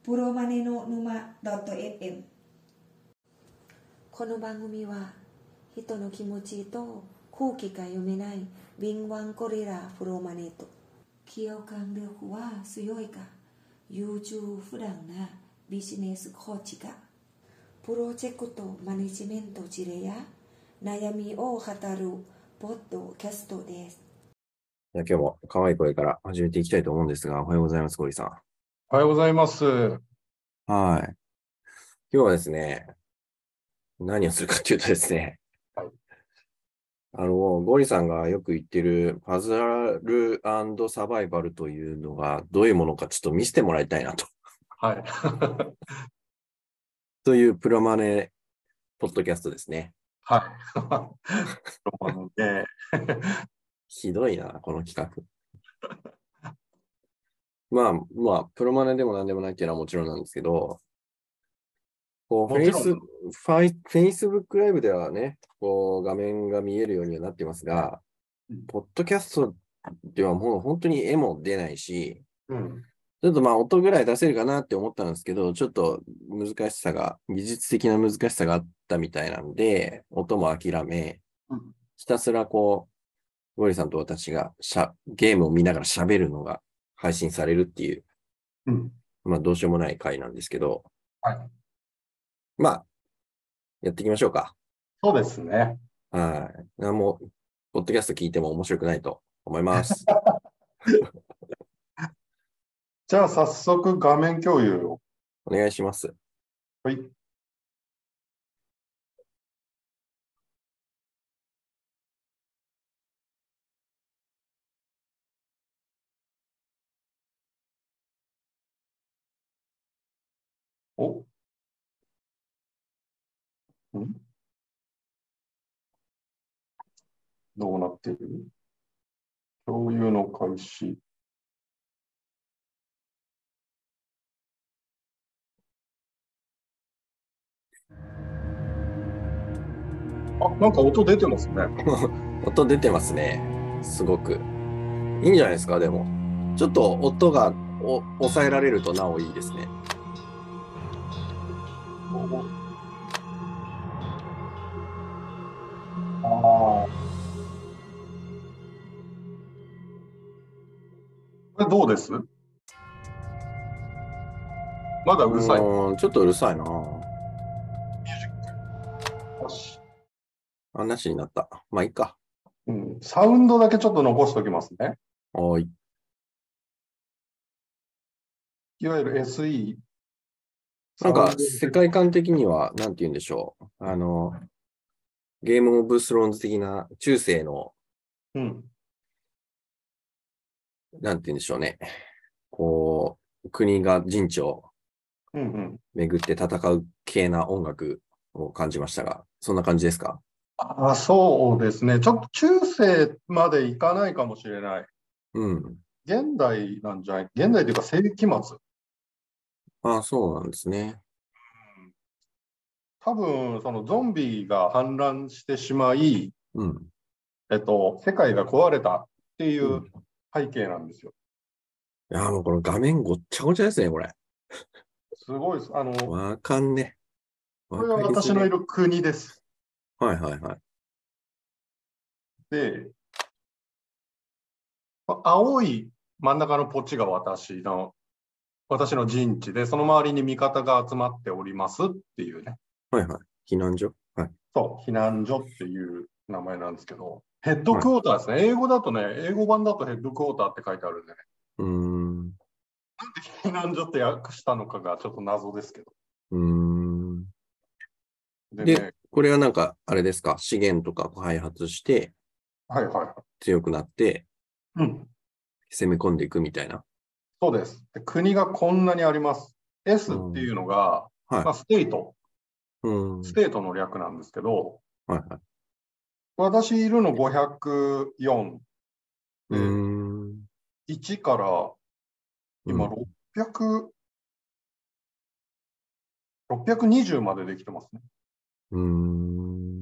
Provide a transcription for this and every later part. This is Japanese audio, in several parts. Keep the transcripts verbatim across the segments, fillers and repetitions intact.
プロマネの沼 .fm。 この番組は人の気持ちと空気が読めない敏腕ゴリラプロマネと共感力は強いか優柔不断なビジネスコーチがプロジェクトマネジメント事例や悩みを語るポッドキャストです。 今日も可愛い声から始めていきたいと思うんですが、おはようございます、ゴリさん。 おはようございます。 はい。今日はですね、何をするかっていうとですね、 はい、 あの、ゴリさんがよく言ってるパズル&サバイバルというのがどういうものかちょっと見せてもらいたいなと。 はい。 というプロマネポッドキャストですね。 はい。プロマネひどいな、この企画。まあ、まあ、プロマネでも何でもないっていうのはもちろんなんですけど、こうフェイス、ファイ、フェイスブックライブではね、こう画面が見えるようにはなってますが、うん、ポッドキャストではもう本当に絵も出ないし、うん、ちょっとまあ音ぐらい出せるかなって思ったんですけど、ちょっと難しさが、技術的な難しさがあったみたいなんで、音も諦め、うん、ひたすらこう、ゴリさんと私がしゃゲームを見ながら喋るのが配信されるっていう、うん、まあどうしようもない回なんですけど、はい。まあ、やっていきましょうか。 そうですね。 はい。もう、ポッドキャスト聞いても面白くないと思います。 じゃあ、早速画面共有を。 お願いします。 はい。おんどうなっている？共有の開始。あ、なんか音出てますね。 音出てますね。すごく。いいんじゃないですか、でも。ちょっと音がお抑えられるとなおいいですね。 ああ。これどうです？まだうるさい。 うん、ちょっとうるさいな。 ミュージック。よし。 あ、なしになった。まあいいか。 うん。サウンドだけちょっと残しておきますね。 はい。 いわゆる エスイー。 なんか世界観的には、なんて言うんでしょう。あの、ゲームオブスローンズ的な中世の、 うん。 なんて言うんでしょうね。こう、国が陣地を巡って戦う系な音楽を感じましたが、そんな感じですか？ あ、そうですね。ちょっと中世までいかないかもしれない。 うん。 現代なんじゃない？現代というか世紀末。 ああ、そうなんですね。 うん、多分、そのゾンビが氾濫してしまい、うん、えっと、世界が壊れたっていう背景なんですよ。 うん、いや、もうこの画面ごっちゃごちゃですね、これ。 すごいです。あの、 わかんね。 これは私のいる国です。 はいはいはい。 で、青い真ん中のポチが私の、私の陣地で、その周りに味方が集まっておりますっていうね。 はいはい。避難所、はい、 そう、避難所っていう名前なんですけど、ヘッドクォーターですね。はい、英語だとね、英語版だとヘッドクォーターって書いてあるんでね。 うーん。 なんで避難所って訳したのかがちょっと謎ですけど。 うーん。で、ね、で、これはなんか、あれですか、資源とか開発して、 はいはいはい。 強くなって、 うん。 攻め込んでいくみたいな。 そうです。で、国がこんなにあります。S っていうのが、うん、はい、まあ、ステート。うん。ステートの略なんですけど、はいはい。私いるのごひゃくよんで、うん、いちから今ろっぴゃく、うん、ろっぴゃくにじゅうまでできてますね。うーん。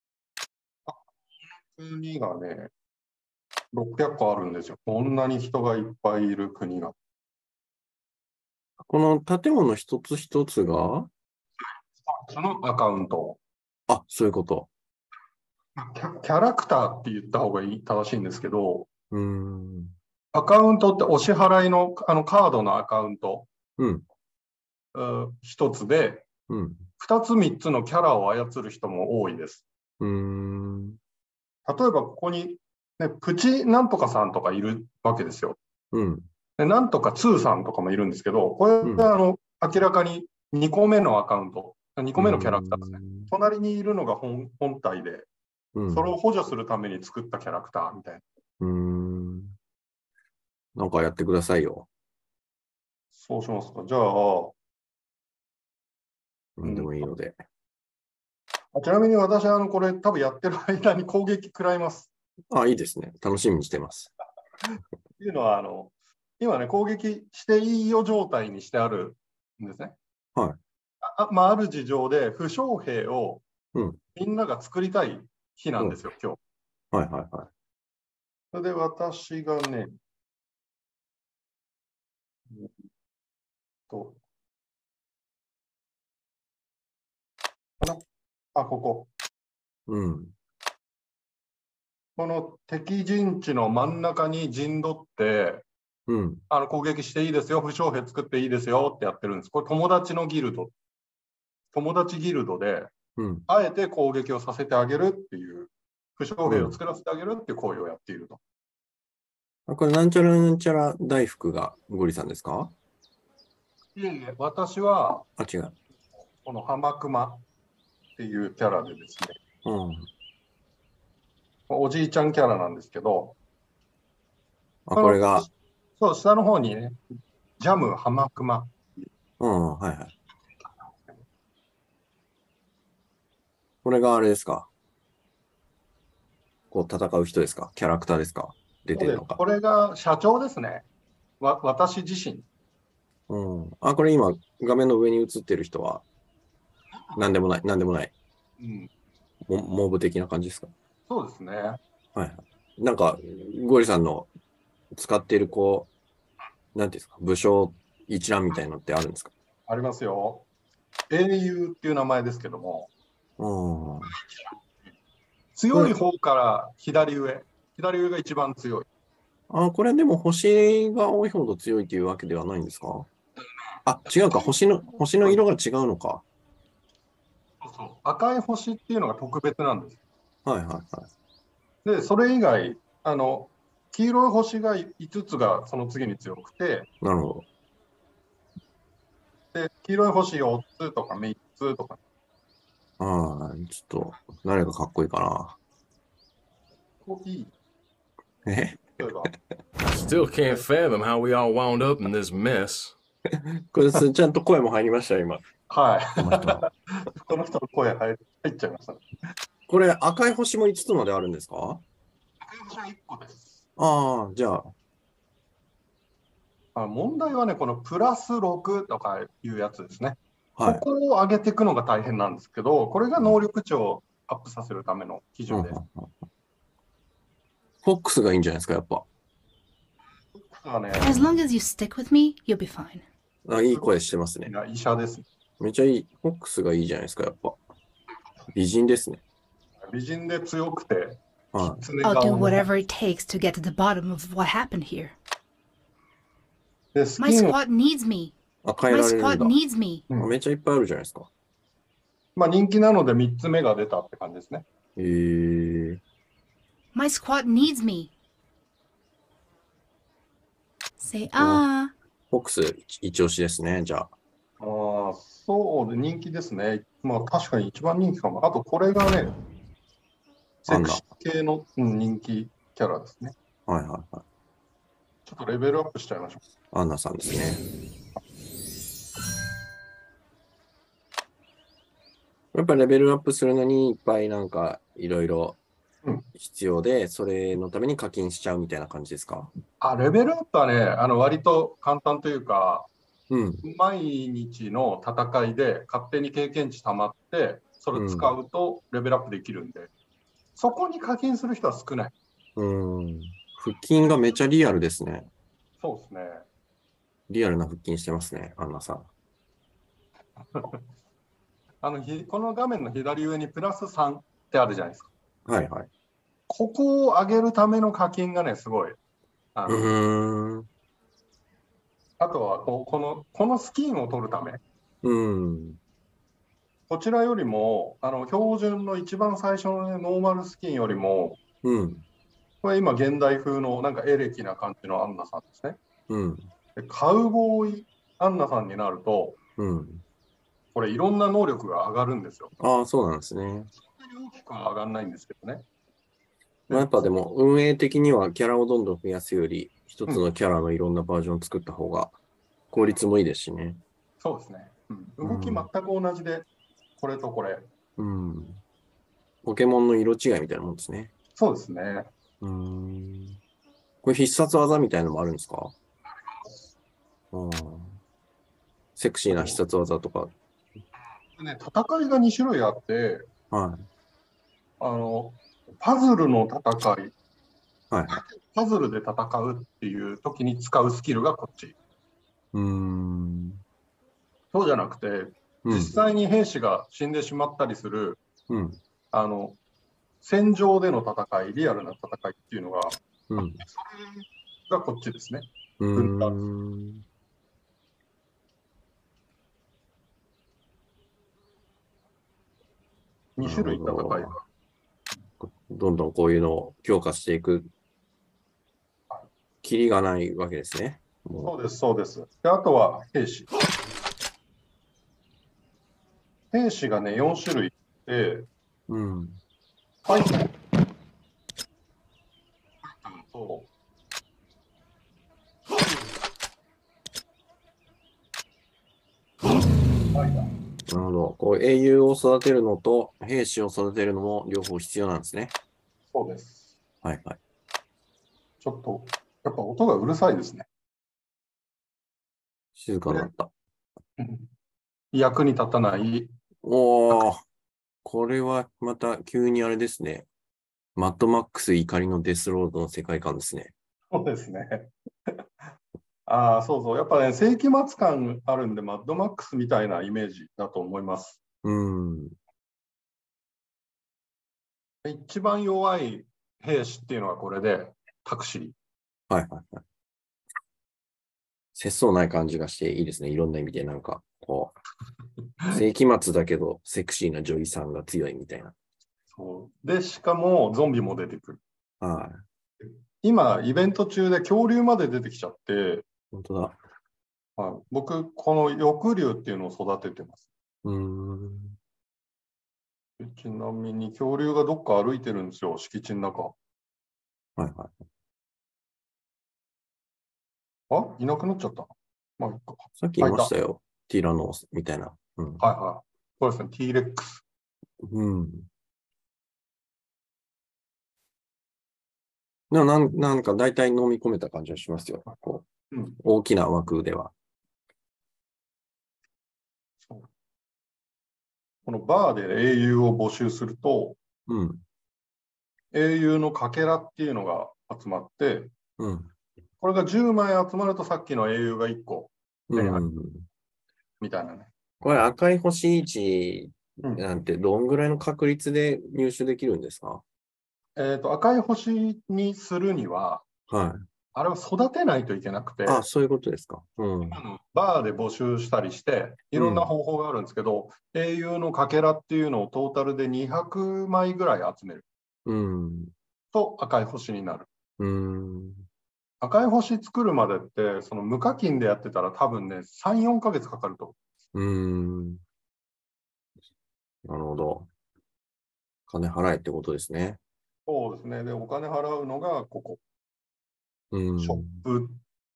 国がね、ろっぴゃくこあるんですよ。こんなに人がいっぱいいる国が。 この建物一つ一つがそのアカウント。 あ、そういうこと。 キャ、キャラクターって言った方がいい、正しいんですけど、 うーん。 アカウントってお支払いの、あのカードのアカウント、 うん。 一つで、 うん。 二つ三つのキャラを操る人も多いです。 うーん。 例えばここに、ね、プチなんとかさんとかいるわけですよ。 うん。 でなんとかツーさんとかもいるんですけど、これは、うん、あの明らかににこめのアカウント、にこめのキャラクターですね。隣にいるのが 本, 本体で、うん、それを補助するために作ったキャラクターみたいな。 うーん。なんかやってくださいよ。 そうしますか。じゃあ、 なんでもいいので。 うん、ちなみに私はあのこれ多分やってる間に攻撃食らいます。 あ、いいですね。楽しみにしてます。 っていうのはあの、今ね、攻撃していいよ状態にしてあるんですね。 はい。 あ, まあ、ある事情で負傷兵をみんなが作りたい日なんですよ、うん、今日。 はいはいはい。 それで私がね、えっと、あ、ここ。 うん。 この敵陣地の真ん中に陣取って、 うん、 あの攻撃していいですよ、負傷兵作っていいですよってやってるんです。これ友達のギルド。友達ギルドで、うん、あえて攻撃をさせてあげるっていう、負傷兵を作らせてあげるっていう行為をやっていると。 うん、これなんちゃらなんちゃら大福がゴリさんですか？ いえいえ、私は、 あ、違う。 この浜熊っていうキャラでですね、うん、おじいちゃんキャラなんですけど、 あ、これが。 そう、下の方にね、ジャム浜熊。 うん、はいはい。これがあれですか？こう戦う人ですか？キャラクターですか？出てるのか。 これが社長ですね。わ、私自身。 うん。あ、これ今、画面の上に映ってる人は、なんでもない、なんでもない。うん。モ, モブ的な感じですか？ そうですね。 はい。なんか、ゴリさんの使っている、こう、なんていうんですか、武将一覧みたいなのってあるんですか？ ありますよ。英雄っていう名前ですけども、うん、強い方から左上、左上が一番強い。 あ、これでも星が多いほど強いというわけではないんですか？あ、違うか、星の、星の色が違うのか。 そうそう、赤い星っていうのが特別なんです。 はいはいはい。 で、それ以外、あの、黄色い星がいつつがその次に強くて、 なるほど。 で、黄色い星よっつとかみっつとか。 ああ、ちょっと、誰がかっこいいかな。 こいい。 え ？Still can't fathom how we all wound up in this mess. これ、ちゃんと声も入りました、今。 はい。この人のこの人の声入っちゃいました。 これ、赤い星もいつつまであるんですか？ 赤い星はいっこです。 ああ、じゃあ。 あ、問題はね、このプラスろくとかいうやつですね。はい、ここを上げていくのが大変なんですけど、これが能力値をアップさせるための基準です。うんうんうん、 フォックスがいいんじゃないですか、やっぱ。 As long as you stick with me, you'll be fine. あ、いい声してますね。 医者です。 めっちゃいい。フォックスがいいじゃないですか、やっぱ。美人ですね。 美人で強くて。 はい、I'll do whatever it takes to get to the bottom of what happened here. My squad needs me. あ、変えられるんだ。 My squad needs me. めっちゃいっぱいあるじゃないですか。 まあ人気なのでみっつめが出たって感じですね。 へー。 My squad needs me. Say ah. フォックス一押しですね、じゃあ。 ああ、そうで人気ですね。まあ確かに一番人気かも。あとこれがね、セクシー系の、うん、人気キャラですね。 はいはいはい。 ちょっとレベルアップしちゃいましょう。アンナさんですね。やっぱレベルアップするのにいっぱいなんかいろいろ必要で、うん、それのために課金しちゃうみたいな感じですか？ あ、レベルアップはね、あの割と簡単というか、うん、毎日の戦いで勝手に経験値溜まって、それ使うとレベルアップできるんで、うん、そこに課金する人は少ない。 うん。腹筋がめちゃリアルですね。 そうですね。 リアルな腹筋してますね、アンナさん。 あのひこの画面の左上にプラスさんってあるじゃないですか。 はいはい。 ここを上げるための課金がね、すごい。あのうーん。 あとはここの、このスキンを取るため。 うん。 こちらよりも、あの標準の一番最初の、ね、ノーマルスキンよりも、 うん。 これ今現代風のなんかエレキな感じのアンナさんですね。 うん。 でカウボーイアンナさんになると、 うん。 これいろんな能力が上がるんですよ。 ああ、そうなんですね。 そんなに大きくは上がらないんですけどね。 まあ、やっぱでも運営的にはキャラをどんどん増やすより、一つうん、 のキャラのいろんなバージョンを作った方が効率もいいですしね。 そうですね、うん。動き全く同じで、これとこれ。 うん。ポケモンの色違いみたいなもんですね。 そうですね。 うん。これ必殺技みたいなのもあるんですか？うん。セクシーな必殺技とか。 ね、戦いがに種類あって、 はい。 あのパズルの戦い、 はい。 パズルで戦うっていう時に使うスキルがこっち。 うーん。 そうじゃなくて、実際に兵士が死んでしまったりする、 うん、 あの戦場での戦い、リアルな戦いっていうのが、 うん、 それがこっちですね。 うーん。 に種類戦いが。 どんどんこういうのを強化していく、キリがないわけですね。 そうです、そうです。で、あとは兵士。兵士がね、よん種類で、 うん。 ファイター。ファイターと、ファイター。 なるほど。こう英雄を育てるのと兵士を育てるのも両方必要なんですね。 そうです。 はいはい。 ちょっと、やっぱ音がうるさいですね。 静かになった。 役に立たない。 おー、これはまた急にあれですね。マッドマックス怒りのデスロードの世界観ですね。 そうですね。ああ、そうそう。やっぱね、世紀末感あるんで、マッドマックスみたいなイメージだと思います。 うん。 一番弱い兵士っていうのはこれで、タクシー。 はいはいはい。節操ない感じがしていいですね。いろんな意味でなんか、こう、世紀末だけどセクシーな女医さんが強いみたいな。 そうで、しかもゾンビも出てくる。 はい。 今、イベント中で恐竜まで出てきちゃって、 本当だ。 はい、僕、この翼竜っていうのを育ててます。 うーん。 ちなみに恐竜がどっか歩いてるんですよ、敷地の中。 はいはい。 あ、いなくなっちゃった。まあ、いいか。 さっき言いましたよ。ティラノースみたいな。うん、 はいはい。そうですね、T レックス。 うん。でもなん、なんか大体飲み込めた感じがしますよ。こう、うん、大きな枠では。 そう。このバーで英雄を募集すると、 うん、 英雄のかけらっていうのが集まって、 うん、 これがじゅうまい集まるとさっきの英雄がいっこ手に入る、みたいなね。 これ赤い星いちなんてどんぐらいの確率で入手できるんですか？ えっと、赤い星にするには、 はい。 あれは育てないといけなくて、 あ、そういうことですか。うん。 バーで募集したりして、いろんな方法があるんですけど、うん、英雄のかけらっていうのをトータルでにひゃくまいぐらい集める。 うん。 と赤い星になる。 うん。 赤い星作るまでって、その無課金でやってたら多分ね、さん、よんかげつかかると。 うん。なるほど。金払えってことですね。 そうですね。で、お金払うのがここ。 うん。 ショップ。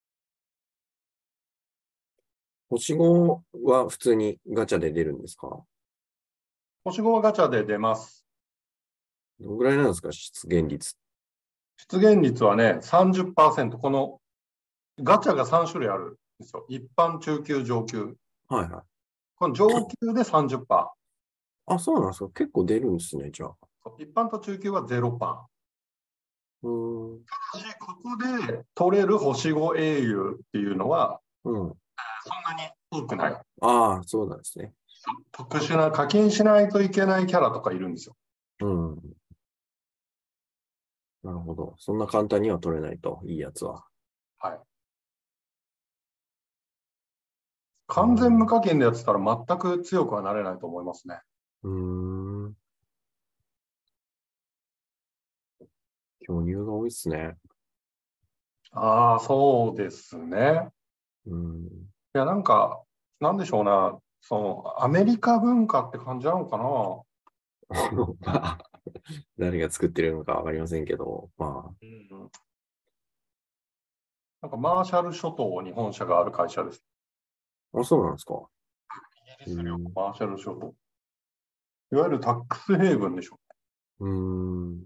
星ごは普通にガチャで出るんですか？ 星ごはガチャで出ます。 どのぐらいなんですか、出現率。 出現率はね、さんじゅっパーセント。このガチャがさん種類あるんですよ。一般、中級、上級。 はいはい。 この上級で さんじゅっパーセント。 あ、そうなんですか。結構出るんですね、じゃあ。 一般と中級は ゼロパーセント。 うん。 ただし、ここで取れる星ご英雄っていうのは、 うん。 そんなに多くない。 ああ、そうなんですね。 特殊な課金しないといけないキャラとかいるんですよ。 うん。なるほど。そんな簡単には取れないと、いいやつは。 はい。完全無課金でやってたら全く強くはなれないと思いますね。 うーん。巨乳が多いっすね。 ああ、そうですね。 うん。 いや、なんか、なんでしょうな、その、アメリカ文化って感じなのかな。 まあ、誰が作ってるのかわかりませんけど、まあ。 うん、なんか、マーシャル諸島に本社がある会社です。 あ、そうなんですか。 イギリス領マーシャル諸島。いわゆるタックスヘイブンでしょうーん。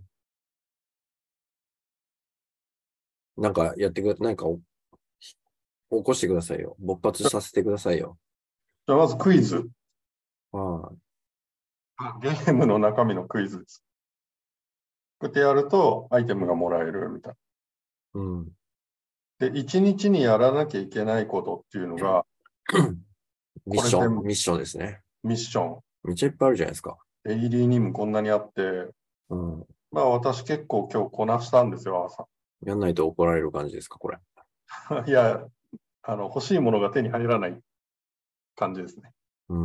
なんかやってくだ、なんかお起こしてくださいよ。勃発させてくださいよ。 じゃあ、まずクイズ。 はゲームの中身のクイズです。こうやってやると、アイテムがもらえるみたいい。うん。 な。で、一日にやらなきゃいけないことっていうのが、 ミッション、 これ全部ミッションですね。 ミッション。 めっちゃいっぱいあるじゃないですか。 デイリーにもこんなにあって、 うん。 まあ私結構今日こなしたんですよ、朝。 やんないと怒られる感じですか、これ。 いや、あの、欲しいものが手に入らない感じですね。 うん。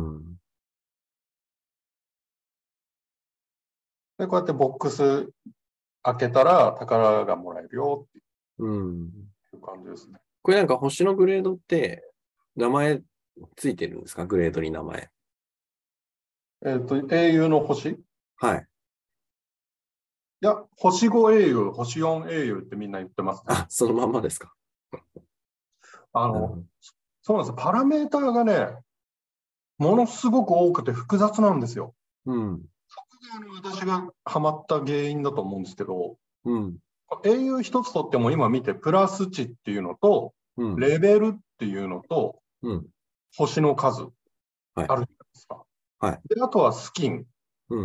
で、こうやってボックス開けたら宝がもらえるよってうん。 いう感じですね。 これなんか星のグレードって名前ついてるんですか？グレードに名前。 えっと、英雄の星いはい。 や、星ご英雄、星よん英雄ってみんな言ってますね。 あ、そのまんまですか。 あの、そうなんですよ。パラメーターがね、ものすごく多くて複雑なんですよ。 うん。 そこがあの私がハマった原因だと思うんですけど、 うん。 英雄一つとっても今見て、プラス値っていうのと、 うん。 レベルっていうのと、 うん。 星の数はい。 あるじゃないですか。 はい。 で、あとはスキン。 うん。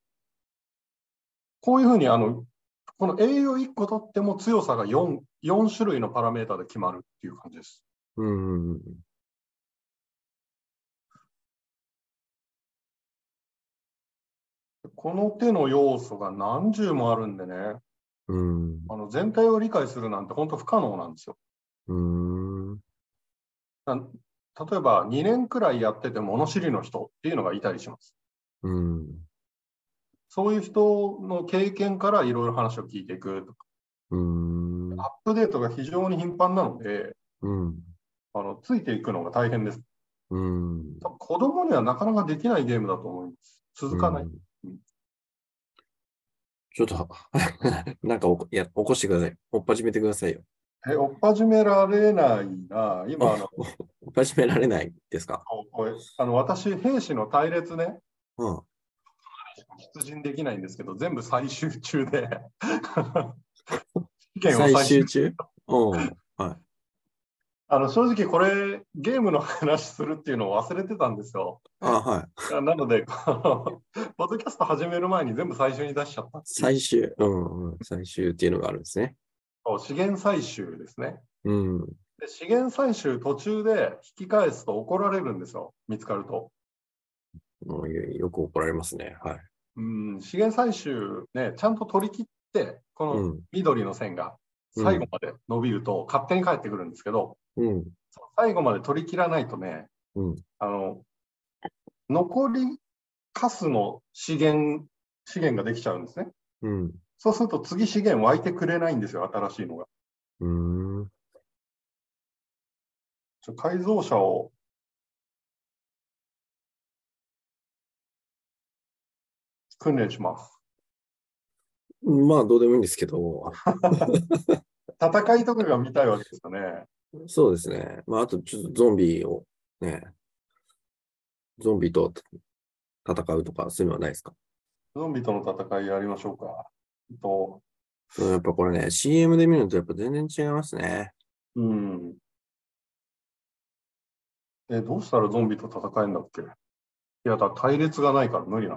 こういうふうに、あの、この英雄いっこ取っても強さが 4, 4種類のパラメータで決まるっていう感じです。 うん。 この手の要素が何十もあるんでね、 うん。 あの全体を理解するなんて本当不可能なんですよ。 うん。 例えばにねんくらいやってて物知りの人っていうのがいたりします。 うん。 そういう人の経験からいろいろ話を聞いていくとか。 うん。 アップデートが非常に頻繁なので、 うん。 あのついていくのが大変です。 うん。 子供にはなかなかできないゲームだと思います。続かない。 うんちょっと、なんかおこ、いや、起こしてください。おっ始めてくださいよ。 え、おっ始められないな。今、あの、 おっ始められないですか？ これあの私、兵士の隊列ね、 うん。 出陣できないんですけど、全部最終中で試験を最最終終中うん。はい。 あの正直これゲームの話するっていうのを忘れてたんですよ。 あ、はい。 なので、このポッドキャスト始める前に全部最初に出しちゃったっていう。 最終、うん、うん。最終っていうのがあるんですね。 資源採集ですね。 うん。 で資源採集途中で引き返すと怒られるんですよ。見つかると。 もうよく怒られますね。はい。 うん、資源採集ね、ちゃんと取り切って、この緑の線が最後まで伸びると勝手に返ってくるんですけど、 うん。 最後まで取り切らないとね、 うん。 あの、残りカスの資源、資源ができちゃうんですね。 うん。 そうすると次資源湧いてくれないんですよ、新しいのが。 うん。 ちょ改造車を訓練します。 まあ、どうでもいいんですけど。 戦いとかが見たいわけですよね。 そうですね。まあ、あと、ちょっとゾンビをね、ゾンビと戦うとか、そういうのはないですか？ ゾンビとの戦いやりましょうか。えっと、 そうやっぱこれね、シーエム で見るとやっぱ全然違いますね。 うん。え、どうしたらゾンビと戦えるんだっけ？いや、だ隊列がないから無理な。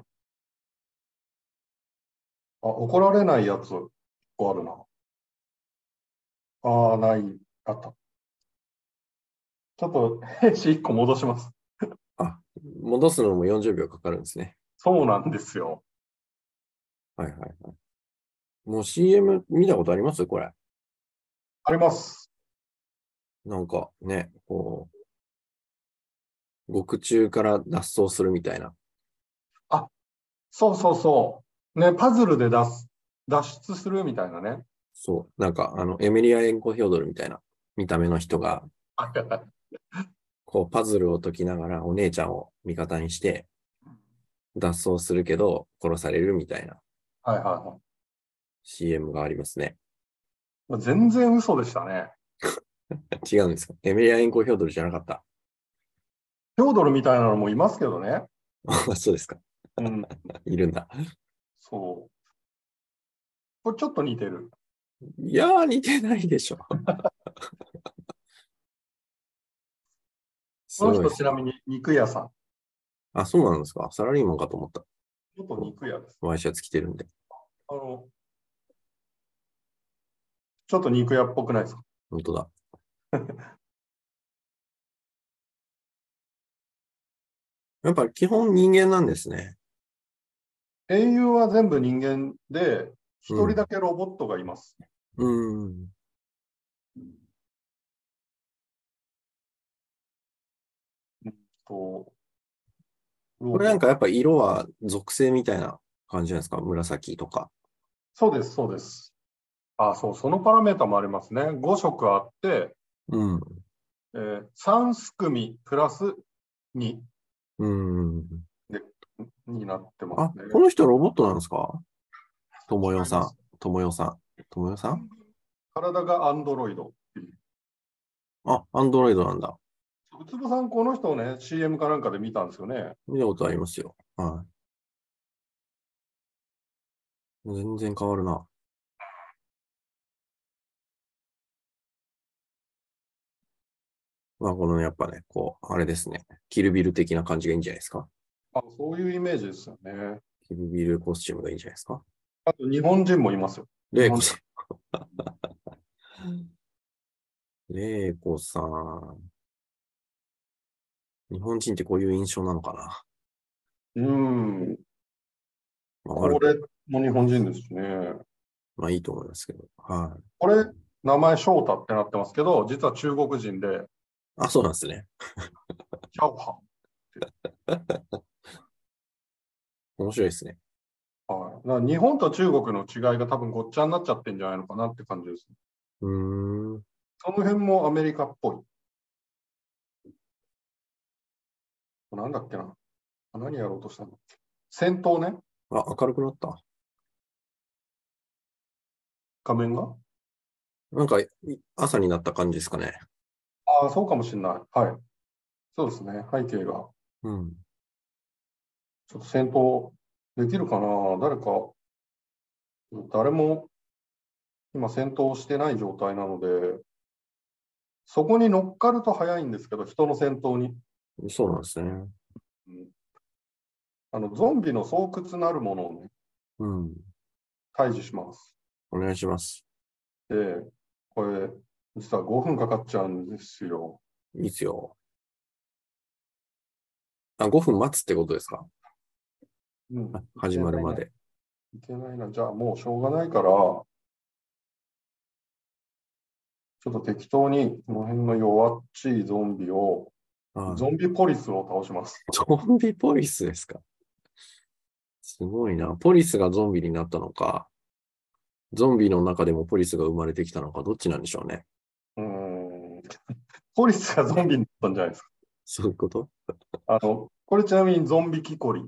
あ、怒られないやつあるな。ああ、ない、あった。 ちょっと兵士いっこ戻します。 あ、戻すのもよんじゅうびょうかかるんですね。 そうなんですよ。 はいはいはい。もう シーエム 見たことありますこれ。 あります。 なんかね、こう、獄中から脱走するみたいな。 あ、そうそうそう。ね、パズルで脱脱出するみたいなね。 そう。なんか、あの、エメリア・エンコ・ヒョードルみたいな見た目の人が、こう、パズルを解きながらお姉ちゃんを味方にして、脱走するけど、殺されるみたいなはいはいはい。 シーエム がありますね。 全然嘘でしたね。 違うんですか？エメリア・エンコ・ヒョードルじゃなかった。 ヒョードルみたいなのもいますけどね。 そうですか。 うん。 いるんだ。 そう。これちょっと似てる。 いやー、似てないでしょ。すこのごいですね。 人ちなみに肉屋さん。 あ、そうなんですか。サラリーマンかと思った。 ちょっと肉屋です。 ワイシャツ着てるんで。 あの、ちょっと肉屋っぽくないですか？ 本当だ。やっぱ基本人間なんですね。 英雄は全部人間で、一人だけロボットがいます。 うん。うんとこれなんかやっぱ色は属性みたいな感じなんですか？紫とか。 そうです、そうです。あ、そう、そのパラメータもありますね。ご色あって、 うん。 えー、さんすくみプラスにうん。 でになってまあ、 すね。 この人ロボットなんですか？ともよさん。ともよさん。ともよさん体がアンドロイドっていう。 あ、アンドロイドなんだ。 うつぼさん、この人をね、シーエム かなんかで見たんですよね。 見たことありますよ。はい。全然変わるな。まあ、このやっぱね、こう、あれですね。キルビル的な感じがいいんじゃないですか。 あ、そういうイメージですよね。 キルビルコスチュームがいいんじゃないですか。 あと、日本人もいますよ。 レイコさん。レイコさん。日本人ってこういう印象なのかな。 うん。 まあ、 これも日本人ですしね。 まあいいと思いますけど。はい。 これ、名前翔太ってなってますけど、実は中国人で、 あ、そうなんですね。 チャオハ面白いですね。 ン。はい。だから日本と中国の違いが多分ごっちゃになっちゃってんじゃないのかなって感じです。 うーん。 その辺もアメリカっぽい。なんだっけな。何やろうとしたんだっけ。戦闘ね。 あ、明るくなった。 画面がなんか、朝になった感じですかね。 ああ、そうかもしれない。はい。そうですね。背景が。 うん。 ちょっと戦闘できるかな。誰か、誰も今戦闘してない状態なので、そこに乗っかると早いんですけど、人の戦闘に。 そうなんですね。 うん、あのゾンビの巣窟なるものをね、 うん。 退治します。 お願いします。 で、これ、実はごふんかかっちゃうんですよ。 いいっすよ。あ、ごふん待つってことですか？ うん、 始まるまで。 いけないな。じゃあもうしょうがないから、ちょっと適当にこの辺の弱っちいゾンビを、ゾンビポリスを倒します。 ゾンビポリスですか？すごいな。ポリスがゾンビになったのか、ゾンビの中でもポリスが生まれてきたのか、どっちなんでしょうね。 うーん。ポリスがゾンビになったんじゃないですか。 そういうことあの、これちなみにゾンビキコリ。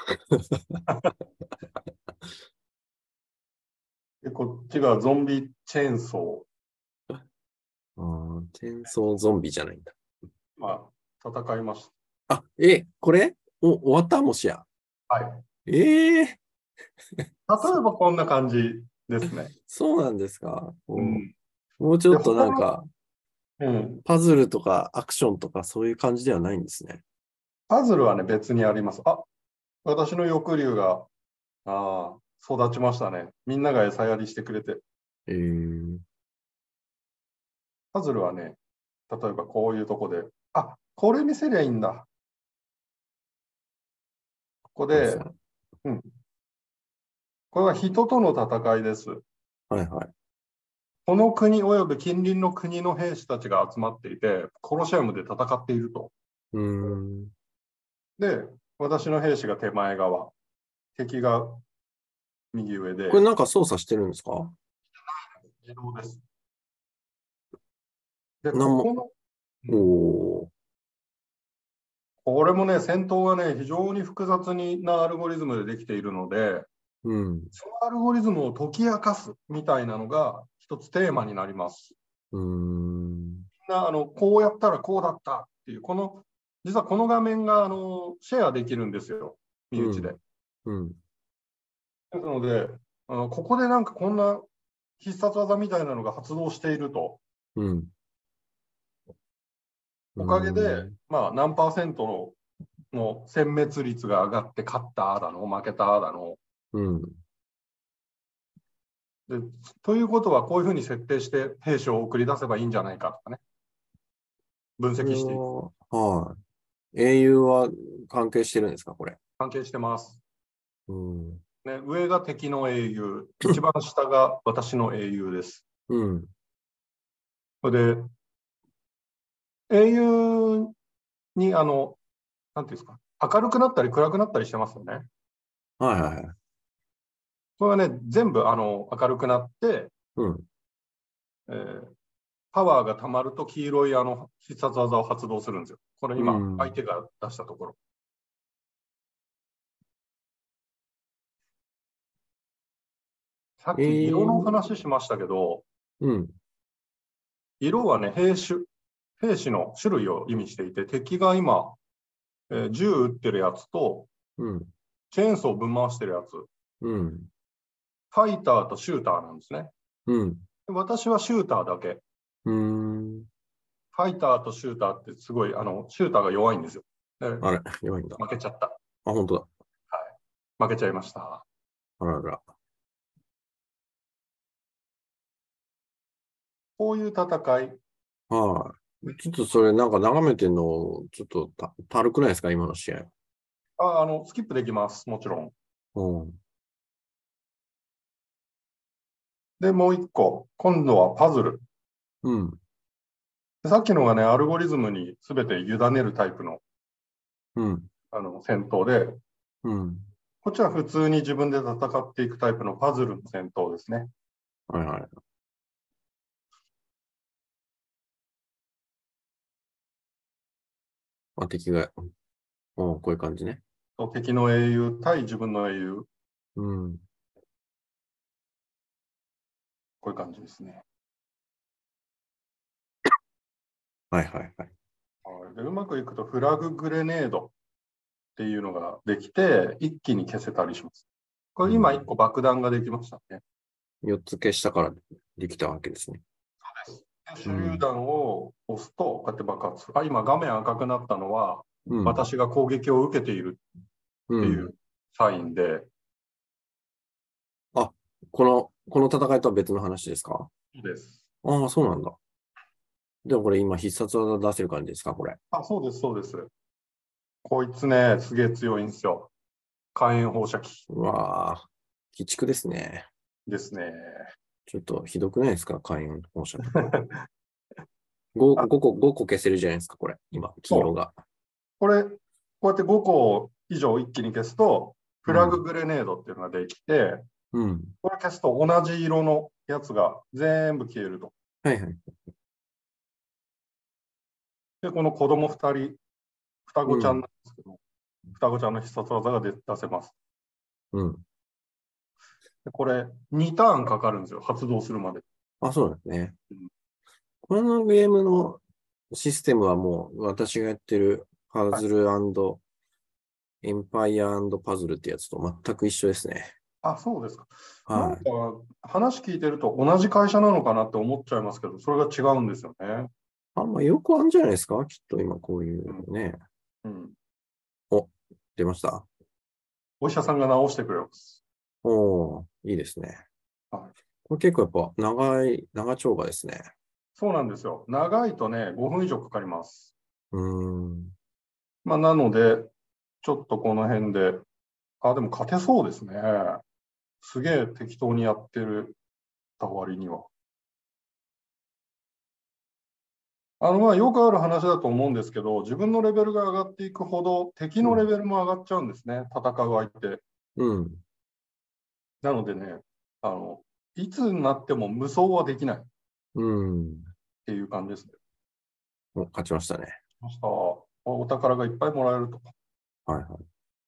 で、こっちがゾンビチェーンソー。ああ、チェーンソーゾンビじゃないんだ。 まあ、戦いました。 あ、え、これお終わったもしや。 はい。 ええー、例えばこんな感じですね。 そうなんですか。 うん、 もうちょっとなんか、 うん、 パズルとかアクションとかそういう感じではないんですね。 パズルはね、別にあります。あ、私の翼竜が、あ育ちましたね。みんなが餌やりしてくれて。 えー、 パズルはね、例えばこういうとこであ、これ見せりゃいいんだ。ここで、うん。これは人との戦いです。 はいはい。 この国および近隣の国の兵士たちが集まっていて、コロシアムで戦っていると。 うーん。 で、私の兵士が手前側、敵が右上で。 これなんか操作してるんですか？ 自動です。で、 なんも、 ここの、 おー。 これもね、戦闘がね、非常に複雑なアルゴリズムでできているので、 うん。 そのアルゴリズムを解き明かすみたいなのが一つテーマになります。 うーん。 みんなあのこうやったらこうだったっていう、この、実はこの画面があのシェアできるんですよ、身内で。 うん。うん、 ですので、あのここでなんかこんな必殺技みたいなのが発動していると。 うん。 おかげで、まあ、何パーセントのの殲滅率が上がって勝っただの負けただの、 うん、 でということはこういうふうに設定して兵士を送り出せばいいんじゃないかとかね、分析していく。 はい。英雄は関係してるんですか、これ。 関係してます、 うんね、上が敵の英雄、一番下が私の英雄です。 うん、 それで英雄にあのなんていうんですか、明るくなったり暗くなったりしてますよね。 はいはいはい。 これはね、全部あの明るくなって、 うんえー、パワーがたまると黄色いあの必殺技を発動するんですよ。これ今、相手が出したところ。さっき色の話しましたけど、 えーうん、 色はね、兵種、兵士の種類を意味していて、敵が今、えー、銃撃ってるやつと、 うん、 チェーンソーぶん回してるやつ、 うん、 ファイターとシューターなんですね。 うん、 私はシューターだけ。 うん。 ファイターとシューターってすごい、あの、シューターが弱いんですよ。 あれ、弱いんだ。 負けちゃった。 あ、本当だ。 はい。負けちゃいました。 あらら。 こういう戦い。 はい。ちょっとそれなんか眺めてんの、ちょっとた、たるくないですか、今の試合。 あ、あの、スキップできます。もちろん。 うん。 で、もう一個。今度はパズル。 うん。 さっきのがね、アルゴリズムに全て委ねるタイプの、 うん。 あの戦闘で、 うん。 こっちは普通に自分で戦っていくタイプのパズルの戦闘ですね。 はいはい。あ、敵が、うん、こういう感じね。 敵の英雄対自分の英雄。 うん。 こういう感じですね。 はいはいはい。 でうまくいくとフラググレネードっていうのができて、一気に消せたりします。これ今いっこ爆弾ができましたね。 よっつ消したからできたわけですね。 そうです。手榴弾を押すと、こうやって爆発する。あ、今画面赤くなったのは、うん、私が攻撃を受けているっていうサインで。うん、 あ、この、この戦いとは別の話ですか？ そうです。 ああ、そうなんだ。でもこれ今必殺技出せる感じですか、これ。 あ、そうです、そうです。こいつね、すげえ強いんですよ。火炎放射器。 うわあ、鬼畜ですね。 ですね。 ちょっとひどくないですか、火炎放射器。ご, ご個、ごこ消せるじゃないですか、これ、今、黄色が。 これ、こうやってごこ以上一気に消すと、フラググレネードっていうのができて、うん、これ消すと同じ色のやつが全部消えると。 はいはい。 で、この子供ふたり、双子ちゃんなんですけど、うん、双子ちゃんの必殺技が出せます。うん。でこれ、にターンかかるんですよ、発動するまで。 あ、そうですね。うん、このゲームのシステムはもう私がやってるパズル&エンパイア&パズルってやつと全く一緒ですね。 あ、そうですか。 はい、 なんか話聞いてると同じ会社なのかなって思っちゃいますけど、それが違うんですよね。 あ、まあ、よくあるんじゃないですか、きっと今こういうね。うん。うん、お、出ました。 お医者さんが治してくれます。 おー、いいですね。はい、これ結構やっぱ長い、長丁場ですね。 そうなんですよ。長いとね、ごふん以上かかります。 うん。 まあ、なので、ちょっとこの辺で、あ、でも勝てそうですね。すげえ適当にやってるた割には。あの、まあ、よくある話だと思うんですけど、自分のレベルが上がっていくほど、敵のレベルも上がっちゃうんですね、戦う相手。 うん。 なのでね、あの、いつになっても無双はできないっうん。 ていう感じですね。 お、勝ちましたね。 ました。お宝がいっぱいもらえると。 はいはい。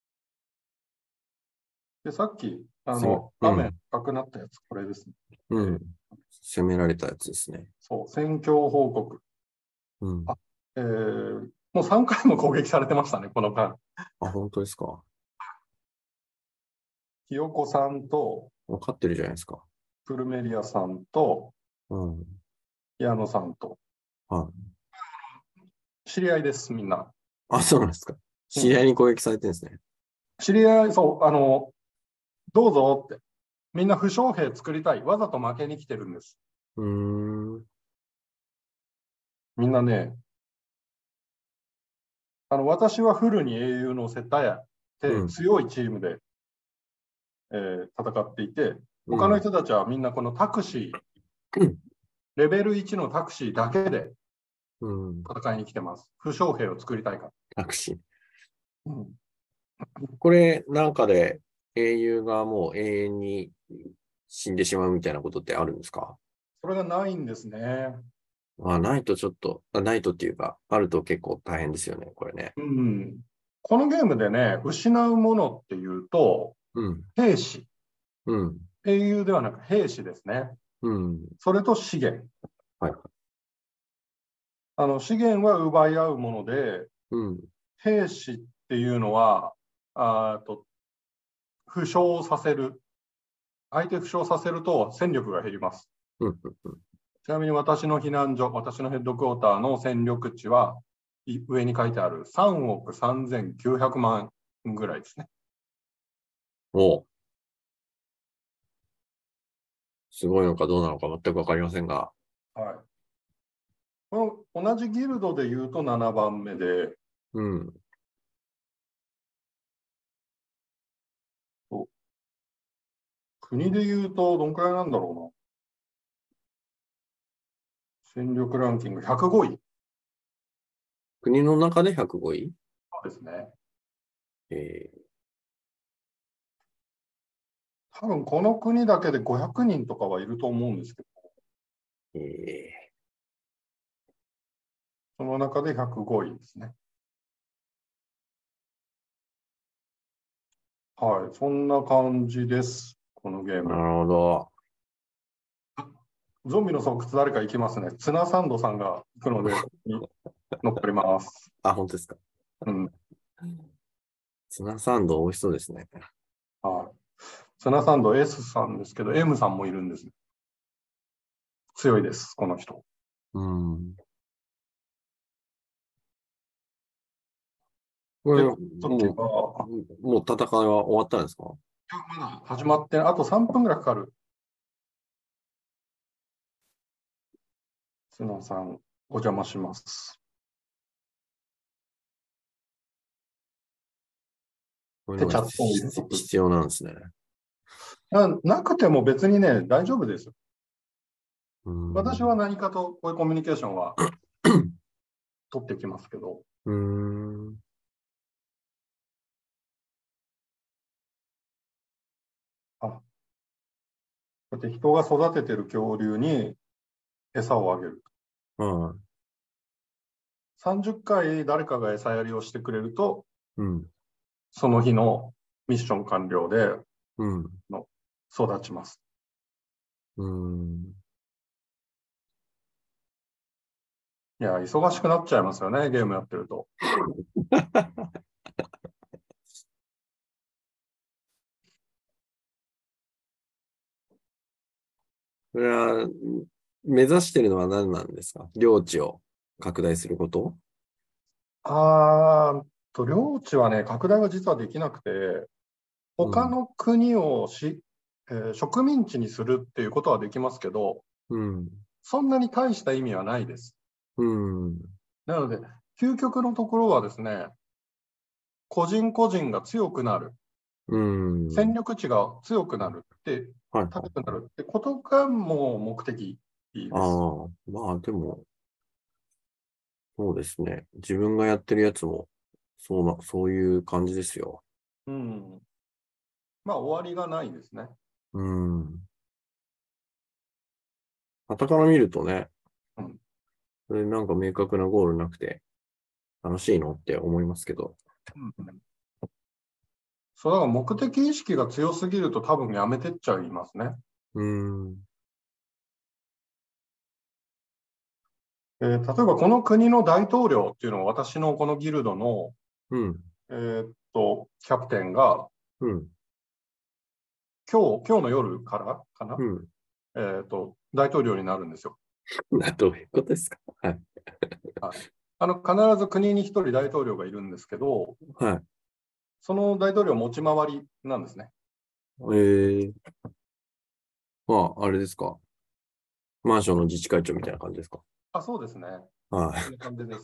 で、さっき、あすごいの、画面赤くなったやつ、これですね。 うん。 えー攻められたやつですね。 そう、戦況報告。 うん。 あえーもうさんかいも攻撃されてましたね、この間。 あ、本当ですか。 ひよこさんと、 分かってるじゃないですか。 プルメリアさんと、 うん。 矢野さんと、 はい。 知り合いです、みんな。 あ、そうなんですか。知り合いに攻撃されてるんですね。 知り合い、そう、あの、どうぞって。みんな負傷兵作りたい。わざと負けに来てるんです。 うーん。 みんなね、あの、私はフルに英雄のせたやって強いチームで、えー戦っていて、他の人たちはみんなこのタクシー、うん、レベルいちのタクシーだけで戦いに来てます。負傷兵を作りたいから。 タクシー。 うん、 これなんかで英雄がもう永遠に死んでしまうみたいなことってあるんですか？ それがないんですね。 あ、ないとちょっと、あ、ないとっていうか、あると結構大変ですよね、これね。 うん、このゲームでね、失うものっていうと、 うん、 兵士、 うん、 英雄ではなく兵士ですね。 うん、 それと資源。 はい。 あの資源は奪い合うもので、 うん、 兵士っていうのは、あと負傷させる。相手負傷させると戦力が減ります。 うん、 ちなみに私の避難所、私のヘッドクォーターの戦力値は、上に書いてあるさんおくさんぜんきゅうひゃくまんぐらいですね。 おすごいのかどうなのか全くわかりませんが。 はい。この同じギルドで言うとななばんめで、 うん。 国で言うとどんくらいなんだろうな。戦力ランキングひゃくごい。 国の中でひゃくごい？ そうですね。 えー、 多分この国だけでごひゃくにんとかはいると思うんですけど、 えー、 その中でひゃくごいですね。はい、そんな感じです、このゲーム。 なるほど。 ゾンビの巣窟誰か行きますね。ツナサンドさんが行くので、乗っかります。 あ、本当ですか。 うん。 ツナサンド美味しそうですね。 はい。ツナサンド S さんですけど、M さんもいるんです。強いです、この人。 うん。これ、もう、もう戦いは終わったんですか？いや、まだ始まって、あとさんぷんぐらいかかる。ツナさん、お邪魔します。 これは必要なんですね。 な, なくても別にね、大丈夫ですよ。 うん、 私は何かとこういうコミュニケーションは取ってきますけど。 うーんあ、こうやって人が育ててる恐竜に餌をあげる。 うん、 さんじゅっかい誰かが餌やりをしてくれると、 うん、 その日のミッション完了で、 うん、 の育ちます。 うん。 いや、忙しくなっちゃいますよね、ゲームやってると。 これは、目指しているのは何なんですか？領地を拡大すること？ あーと、領地はね、拡大は実はできなくて、他の国をし、うんえー、植民地にするっていうことはできますけど、 うん、 そんなに大した意味はないです。 うん、 なので、 究極のところはですね、個人個人が強くなる、 うん戦力値が強くなるって、 はい、 高くなるってことがもう目的です。 ああ、まあでも、そうですね。自分がやってるやつも、そうな、そういう感じですよ。 うん。まあ終わりがないですね。 うん。傍から見るとね、 うん、 それなんか明確なゴールなくて、楽しいのって思いますけど。 うん、そうだから目的意識が強すぎると多分やめてっちゃいますね。 うん。 えー、例えばこの国の大統領っていうのは私のこのギルドの、 うん。 えー、っと、キャプテンが、 うん。 今日、今日の夜からかな、 うん。 えー、っと、大統領になるんですよ。 どういうことですか？はい。 はい、あの必ず国に一人大統領がいるんですけど、 はい。 その大統領持ち回りなんですね。 えー、まあ、あれですか。マンションの自治会長みたいな感じですか？ あ、そうですね。 はい。 そんな感じです。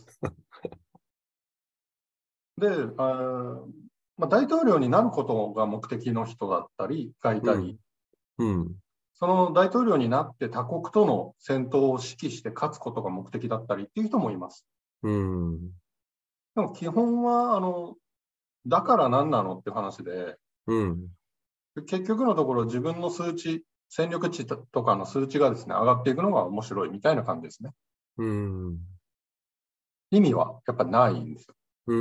で、あまあ、大統領になることが目的の人だったりがいたり、 うん。うん。 その大統領になって他国との戦闘を指揮して勝つことが目的だったりっていう人もいます。 うん。 でも基本は、あの、だから何なのって話で、 うん。 結局のところ自分の数値、戦力値とかの数値がですね、上がっていくのが面白いみたいな感じですね。 うん。 意味はやっぱないんですよ。 うん。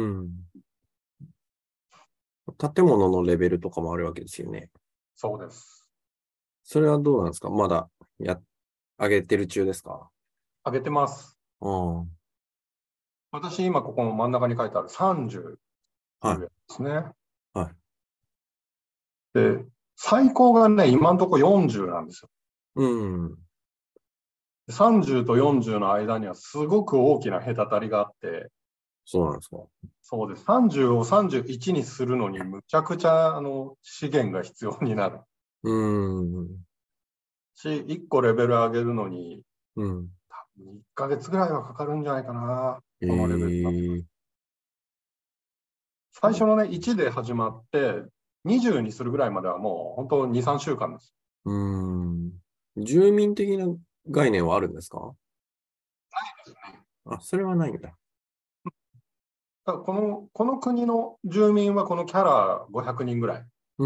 建物のレベルとかもあるわけですよね。 そうです。 それはどうなんですか？まだや、上げてる中ですか？ 上げてます。 ああ。 私今ここの真ん中に書いてあるさんじゅうっていうやつですね。 はい。 で、最高がね、今のところよんじゅうなんですよ。 うん。 さんじゅうとよんじゅうの間にはすごく大きな隔たりがあって、 そうなんですか。 そうです。さんじゅうをさんじゅういちにするのにむちゃくちゃあの資源が必要になる。 うん。 し、いっこレベル上げるのに、 うん。 いっかげつぐらいはかかるんじゃないかな。 えこのレベルー、 最初のね、いちで始まって、にじゅうにするぐらいまではもう本当に、さんしゅうかんです。 うん。住民的な概念はあるんですか？ ないですね。 あ、それはないんだ。 だからこの、この国の住民はこのキャラごひゃくにんぐらいっうん。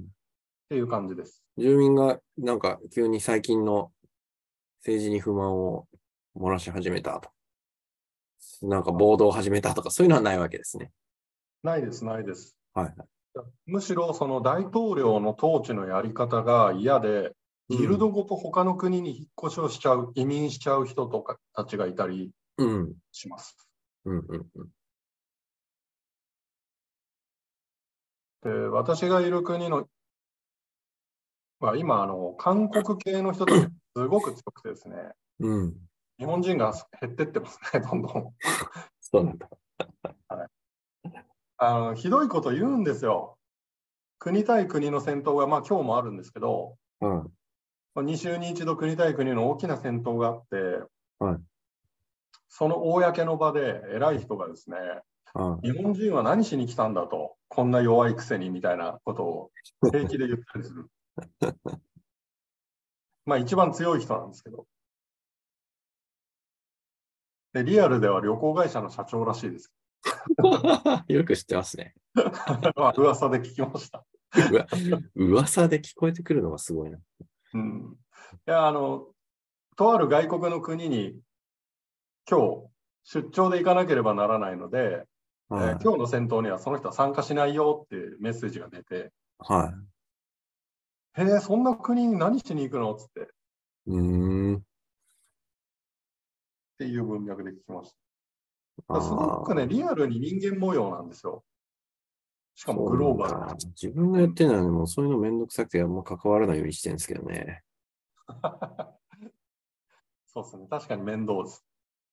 ていう感じです。 住民がなんか急に最近の政治に不満を漏らし始めたと。なんか暴動を始めたとかそういうのはないわけですね。 ないです、ないです。 はい。 むしろその大統領の統治のやり方が嫌で、ギルドごと他の国に引っ越しをしちゃう、移民しちゃう人とかたちがいたりします。 うんうんうん、 で、私がいる国のは今あの、韓国系の人たちがすごく強くてですね、 うん、 日本人が減ってってますね、どんどん。 そうなんだ。 はい、あのひどいこと言うんですよ。国対国の戦闘が、まあ今日もあるんですけど、 うん、 に週に一度国対国の大きな戦闘があって、 はい、 その公の場で偉い人がですね、 うん、 日本人は何しに来たんだと、こんな弱いくせにみたいなことを平気で言ったりする。まあ一番強い人なんですけど。で、リアルでは旅行会社の社長らしいです。 よく知ってますね。 噂で聞きました。 うわ噂で聞こえてくるのがすごいな。 うん、いや、あの、とある外国の国に今日出張で行かなければならないので、はい、えー、今日の戦闘にはその人は参加しないよっていうメッセージが出て、 はい。 へえ、そんな国に何しに行くのっつって。 うーん。 っていう文脈で聞きました。すごくね、リアルに人間模様なんですよ。しかもグローバル。 自分がやってるのは、ね、もうそういうのめんどくさくてあんま関わらないようにしてるんですけどね。 そうですね。確かに面倒です。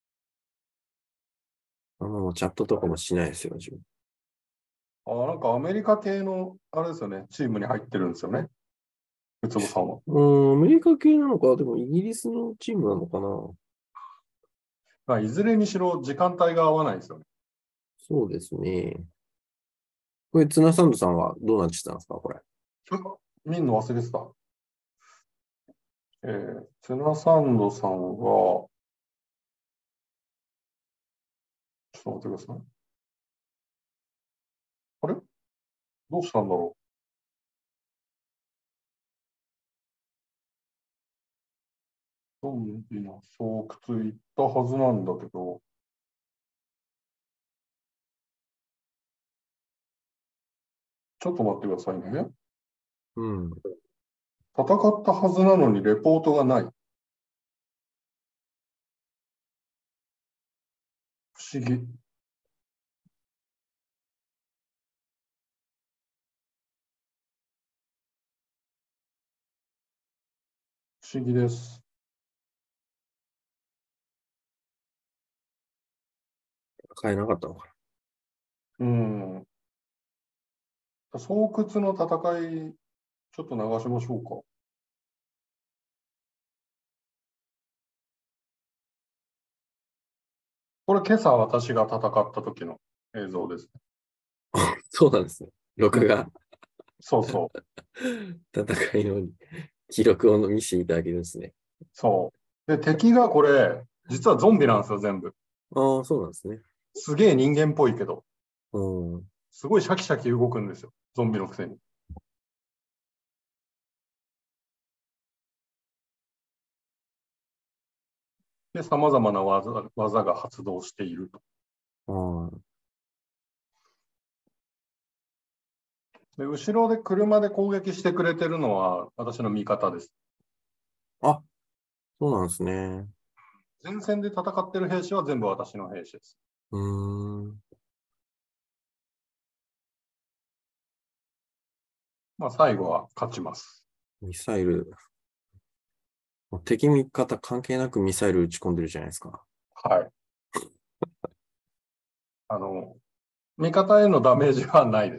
あんまもうチャットとかもしないですよ、自分。 あ、なんかアメリカ系の、あれですよね、チームに入ってるんですよね。ウツボさんは。 うん、アメリカ系なのか、でもイギリスのチームなのかな。 まあ、いずれにしろ時間帯が合わないですよね。 そうですね。これ、ツナサンドさんはどうなってたんですか、これ。 見んの忘れてた。えー、ツナサンドさんは、ちょっと待ってください。あれどうしたんだろう。ゾンビの巣窟行ったはずなんだけど、ちょっと待ってくださいね。 うん。 戦ったはずなのにレポートがない。不思議。不思議です。 戦えなかったのかうん。巣窟の戦い、ちょっと流しましょうか。これ今朝私が戦った時の映像です。 そうなんですね。録画。 そうそう。 戦いの記録を見せていただけるんですね。 そう。で、敵がこれ、実はゾンビなんですよ、全部。 ああ、そうなんですね。 すげえ人間っぽいけど、 うん。 すごいシャキシャキ動くんですよ、ゾンビのくせに。で、様々な技、技が発動していると。 あで、後ろで車で攻撃してくれてるのは私の味方です。 あ、そうなんですね。 前線で戦ってる兵士は全部私の兵士です。 うーん。 まあ、最後は勝ちます。 ミサイル。敵味方関係なくミサイル撃ち込んでるじゃないですか。 はい。あの、味方へのダメージはないです。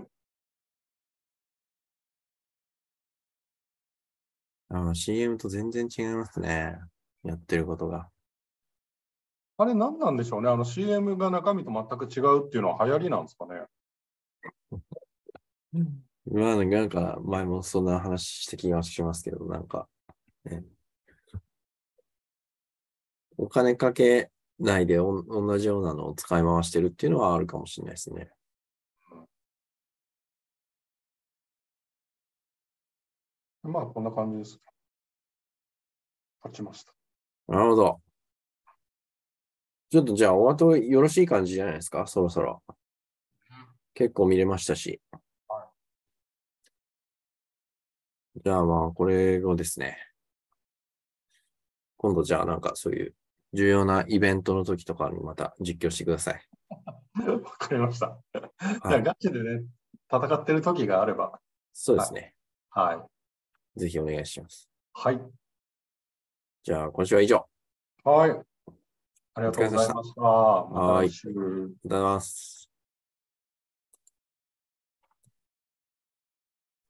あの シーエム と全然違いますね。やってることが。 あれ何なんでしょうね。あの シーエム が中身と全く違うっていうのは流行りなんですかね。 まあ、なんか、前もそんな話して気がしますけど、なんか、ね、お金かけないでお同じようなのを使い回してるっていうのはあるかもしれないですね。 まあ、こんな感じです。勝ちました。 なるほど。ちょっとじゃあ、お後よろしい感じじゃないですか、そろそろ。結構見れましたし。 はじゃあまあ、これをですね、今度じゃあなんかそういう重要なイベントの時とかにまた実況してください。 わかりました。じはいゃあ、ガチでね、戦ってる時があれば。 そうですね。 はい。 ぜひお願いします。 はい。 じゃあ、今週は以上。 はい。ありがとうございお疲れ様でした。 ました。また来週。 ありがとうございます。